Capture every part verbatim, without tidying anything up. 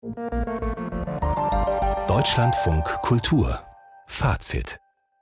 Deutschlandfunk Kultur Fazit.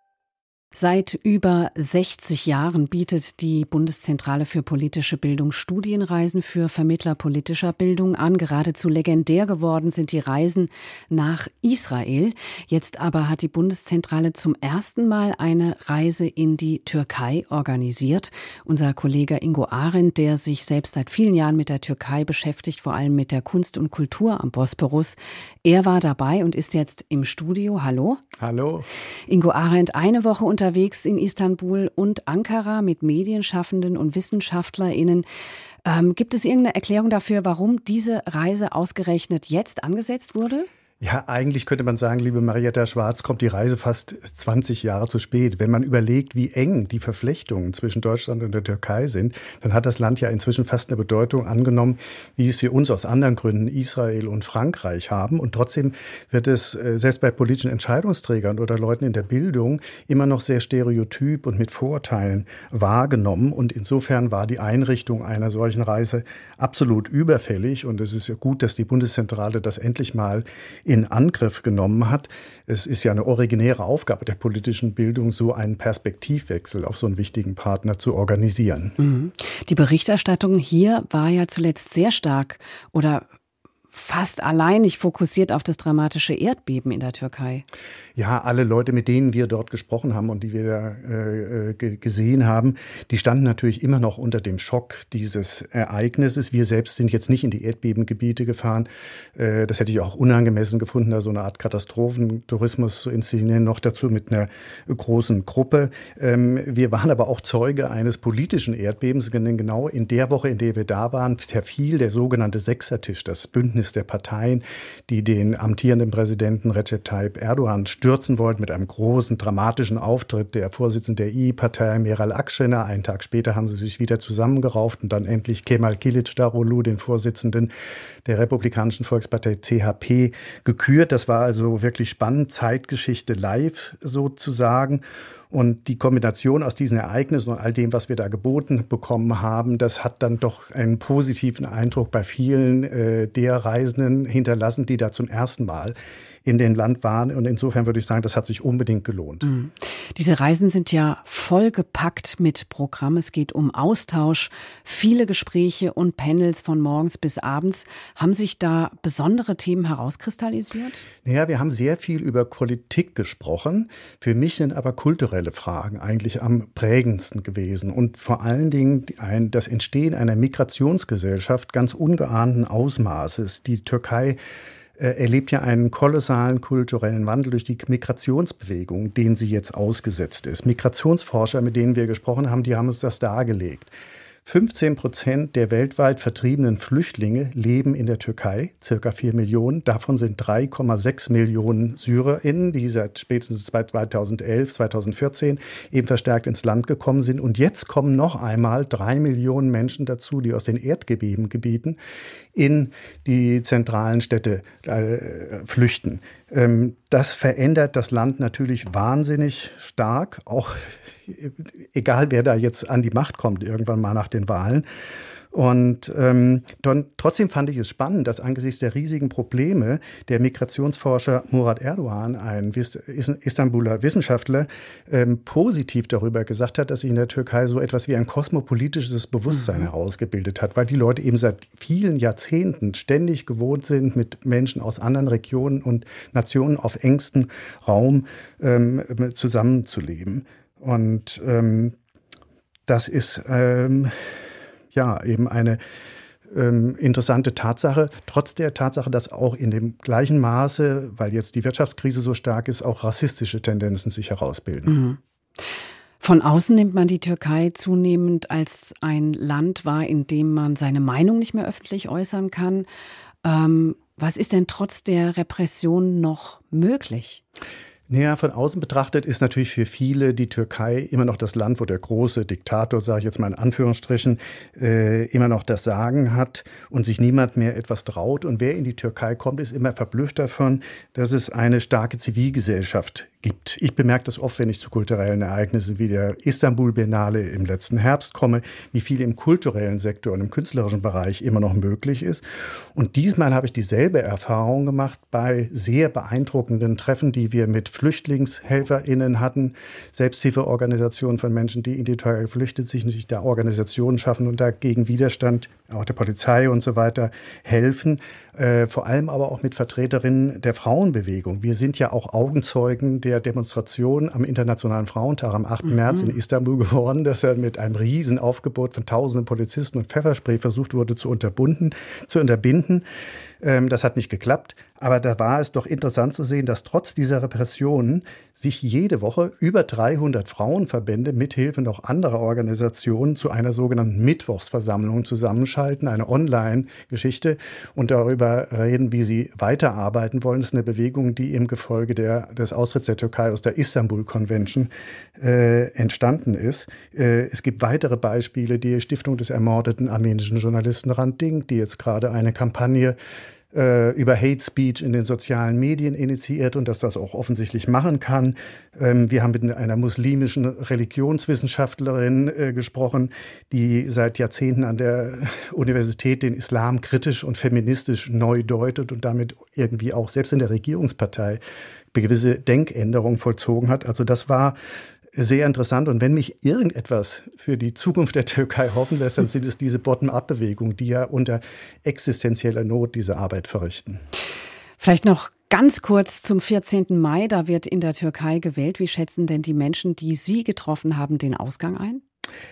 Seit über sechzig Jahren bietet die Bundeszentrale für politische Bildung Studienreisen für Vermittler politischer Bildung an. Geradezu legendär geworden sind die Reisen nach Israel. Jetzt aber hat die Bundeszentrale zum ersten Mal eine Reise in die Türkei organisiert. Unser Kollege Ingo Arendt, der sich selbst seit vielen Jahren mit der Türkei beschäftigt, vor allem mit der Kunst und Kultur am Bosporus, er war dabei und ist jetzt im Studio. Hallo. Hallo. Ingo Arendt, eine Woche unterwegs in Istanbul und Ankara mit Medienschaffenden und WissenschaftlerInnen. Ähm, gibt es irgendeine Erklärung dafür, warum diese Reise ausgerechnet jetzt angesetzt wurde? Ja, eigentlich könnte man sagen, liebe Marietta Schwarz, kommt die Reise fast zwanzig Jahre zu spät. Wenn man überlegt, wie eng die Verflechtungen zwischen Deutschland und der Türkei sind, dann hat das Land ja inzwischen fast eine Bedeutung angenommen, wie es für uns aus anderen Gründen Israel und Frankreich haben. Und trotzdem wird es selbst bei politischen Entscheidungsträgern oder Leuten in der Bildung immer noch sehr stereotyp und mit Vorurteilen wahrgenommen. Und insofern war die Einrichtung einer solchen Reise absolut überfällig. Und es ist ja gut, dass die Bundeszentrale das endlich mal in Angriff genommen hat. Es ist ja eine originäre Aufgabe der politischen Bildung, so einen Perspektivwechsel auf so einen wichtigen Partner zu organisieren. Mhm. Die Berichterstattung hier war ja zuletzt sehr stark oder fast alleinig fokussiert auf das dramatische Erdbeben in der Türkei. Ja, alle Leute, mit denen wir dort gesprochen haben und die wir da äh, g- gesehen haben, die standen natürlich immer noch unter dem Schock dieses Ereignisses. Wir selbst sind jetzt nicht in die Erdbebengebiete gefahren. Äh, das hätte ich auch unangemessen gefunden, da so eine Art Katastrophentourismus zu inszenieren, noch dazu mit einer großen Gruppe. Ähm, wir waren aber auch Zeuge eines politischen Erdbebens, denn genau in der Woche, in der wir da waren, verfiel der sogenannte Sechsertisch, das Bündnis der Parteien, die den amtierenden Präsidenten Recep Tayyip Erdogan stürzen wollten mit einem großen, dramatischen Auftritt. Der Vorsitzende der I Partei, Meral Akşener, einen Tag später haben sie sich wieder zusammengerauft und dann endlich Kemal Kılıçdaroğlu, den Vorsitzenden der Republikanischen Volkspartei C H P, gekürt. Das war also wirklich spannend, Zeitgeschichte live sozusagen. Und die Kombination aus diesen Ereignissen und all dem, was wir da geboten bekommen haben, das hat dann doch einen positiven Eindruck bei vielen äh, der Reisenden hinterlassen, die da zum ersten Mal in dem Land waren. Und insofern würde ich sagen, das hat sich unbedingt gelohnt. Mhm. Diese Reisen sind ja vollgepackt mit Programm. Es geht um Austausch, viele Gespräche und Panels von morgens bis abends. Haben sich da besondere Themen herauskristallisiert? Naja, wir haben sehr viel über Politik gesprochen. Für mich sind aber kulturelle Fragen eigentlich am prägendsten gewesen. Und vor allen Dingen ein, das Entstehen einer Migrationsgesellschaft ganz ungeahnten Ausmaßes. Die Türkei erlebt ja einen kolossalen kulturellen Wandel durch die Migrationsbewegung, den sie jetzt ausgesetzt ist. Migrationsforscher, mit denen wir gesprochen haben, die haben uns das dargelegt. fünfzehn Prozent der weltweit vertriebenen Flüchtlinge leben in der Türkei, circa vier Millionen. Davon sind drei Komma sechs Millionen SyrerInnen, die seit spätestens zweitausendelf, zweitausendvierzehn eben verstärkt ins Land gekommen sind. Und jetzt kommen noch einmal drei Millionen Menschen dazu, die aus den Erdbebengebieten in die zentralen Städte äh, flüchten. Ähm, das verändert das Land natürlich wahnsinnig stark, auch egal wer da jetzt an die Macht kommt, irgendwann mal nach den Wahlen. Und ähm, dann, trotzdem fand ich es spannend, dass angesichts der riesigen Probleme der Migrationsforscher Murat Erdoğan, ein Istanbuler Wissenschaftler, ähm, positiv darüber gesagt hat, dass sich in der Türkei so etwas wie ein kosmopolitisches Bewusstsein mhm. herausgebildet hat, weil die Leute eben seit vielen Jahrzehnten ständig gewohnt sind, mit Menschen aus anderen Regionen und Nationen auf engstem Raum ähm, zusammenzuleben. Und ähm, das ist ähm, ja eben eine ähm, interessante Tatsache, trotz der Tatsache, dass auch in dem gleichen Maße, weil jetzt die Wirtschaftskrise so stark ist, auch rassistische Tendenzen sich herausbilden. Mhm. Von außen nimmt man die Türkei zunehmend als ein Land wahr, in dem man seine Meinung nicht mehr öffentlich äußern kann. Ähm, was ist denn trotz der Repression noch möglich? Naja, von außen betrachtet ist natürlich für viele die Türkei immer noch das Land, wo der große Diktator, sage ich jetzt mal in Anführungsstrichen, äh, immer noch das Sagen hat und sich niemand mehr etwas traut. Und wer in die Türkei kommt, ist immer verblüfft davon, dass es eine starke Zivilgesellschaft gibt. Ich bemerke das oft, wenn ich zu kulturellen Ereignissen wie der Istanbul-Biennale im letzten Herbst komme, wie viel im kulturellen Sektor und im künstlerischen Bereich immer noch möglich ist. Und diesmal habe ich dieselbe Erfahrung gemacht bei sehr beeindruckenden Treffen, die wir mit FlüchtlingshelferInnen hatten, Selbsthilfeorganisationen von Menschen, die in die Türkei geflüchtet sind, sich da Organisationen schaffen und dagegen Widerstand, auch der Polizei und so weiter, helfen. Äh, vor allem aber auch mit Vertreterinnen der Frauenbewegung. Wir sind ja auch Augenzeugen der Demonstration am Internationalen Frauentag am achten März in Istanbul geworden, dass er mit einem riesen Aufgebot von tausenden Polizisten und Pfefferspray versucht wurde zu unterbunden, zu unterbinden. Ähm, das hat nicht geklappt. Aber da war es doch interessant zu sehen, dass trotz dieser Repressionen sich jede Woche über dreihundert Frauenverbände mithilfe noch anderer Organisationen zu einer sogenannten Mittwochsversammlung zusammenschalten, eine Online-Geschichte, und darüber reden, wie sie weiterarbeiten wollen. Das ist eine Bewegung, die im Gefolge der, des Austritts der Türkei aus der Istanbul Convention äh, entstanden ist. Äh, es gibt weitere Beispiele, die Stiftung des ermordeten armenischen Journalisten Hrant Dink, die jetzt gerade eine Kampagne über Hate Speech in den sozialen Medien initiiert und dass das auch offensichtlich machen kann. Wir haben mit einer muslimischen Religionswissenschaftlerin äh, gesprochen, die seit Jahrzehnten an der Universität den Islam kritisch und feministisch neu deutet und damit irgendwie auch selbst in der Regierungspartei gewisse Denkänderungen vollzogen hat. Also das war sehr interessant. Und wenn mich irgendetwas für die Zukunft der Türkei hoffen lässt, dann sind es diese Bottom-up-Bewegungen, die ja unter existenzieller Not diese Arbeit verrichten. Vielleicht noch ganz kurz zum vierzehnten Mai. Da wird in der Türkei gewählt. Wie schätzen denn die Menschen, die Sie getroffen haben, den Ausgang ein?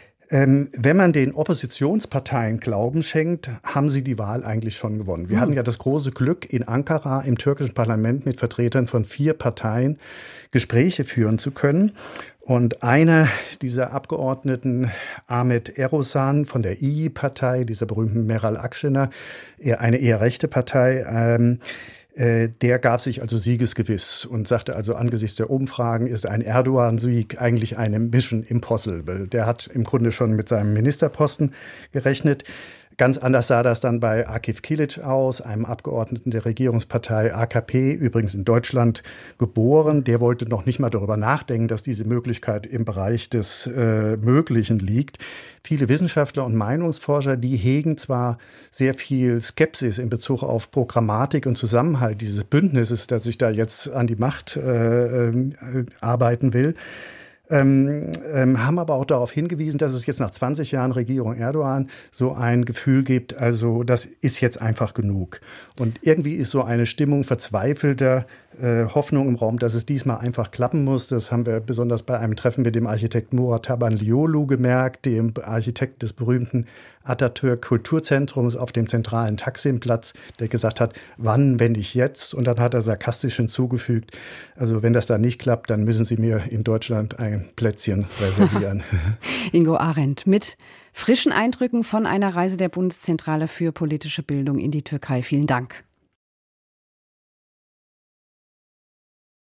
Ähm, wenn man den Oppositionsparteien Glauben schenkt, haben sie die Wahl eigentlich schon gewonnen. Wir hm. hatten ja das große Glück, in Ankara im türkischen Parlament mit Vertretern von vier Parteien Gespräche führen zu können. Und einer dieser Abgeordneten, Ahmet Erozan von der İYİ-Partei, dieser berühmten Meral Akşener, eine eher rechte Partei, ähm, der gab sich also siegesgewiss und sagte also, angesichts der Umfragen ist ein Erdogan-Sieg eigentlich eine Mission Impossible. Der hat im Grunde schon mit seinem Ministerposten gerechnet. Ganz anders sah das dann bei Akif Kilic aus, einem Abgeordneten der Regierungspartei A K P, übrigens in Deutschland geboren. Der wollte noch nicht mal darüber nachdenken, dass diese Möglichkeit im Bereich des äh, Möglichen liegt. Viele Wissenschaftler und Meinungsforscher, die hegen zwar sehr viel Skepsis in Bezug auf Programmatik und Zusammenhalt dieses Bündnisses, das sich da jetzt an die Macht äh, äh, arbeiten will, Ähm, ähm, haben aber auch darauf hingewiesen, dass es jetzt nach zwanzig Jahren Regierung Erdogan so ein Gefühl gibt, also das ist jetzt einfach genug. Und irgendwie ist so eine Stimmung verzweifelter äh, Hoffnung im Raum, dass es diesmal einfach klappen muss. Das haben wir besonders bei einem Treffen mit dem Architekt Murat Tabanliolu gemerkt, dem Architekt des berühmten Atatürk Kulturzentrums auf dem zentralen Taksimplatz, der gesagt hat, wann, wenn nicht jetzt? Und dann hat er sarkastisch hinzugefügt, also wenn das da nicht klappt, dann müssen Sie mir in Deutschland ein Plätzchen reservieren. Ingo Arendt mit frischen Eindrücken von einer Reise der Bundeszentrale für politische Bildung in die Türkei. Vielen Dank.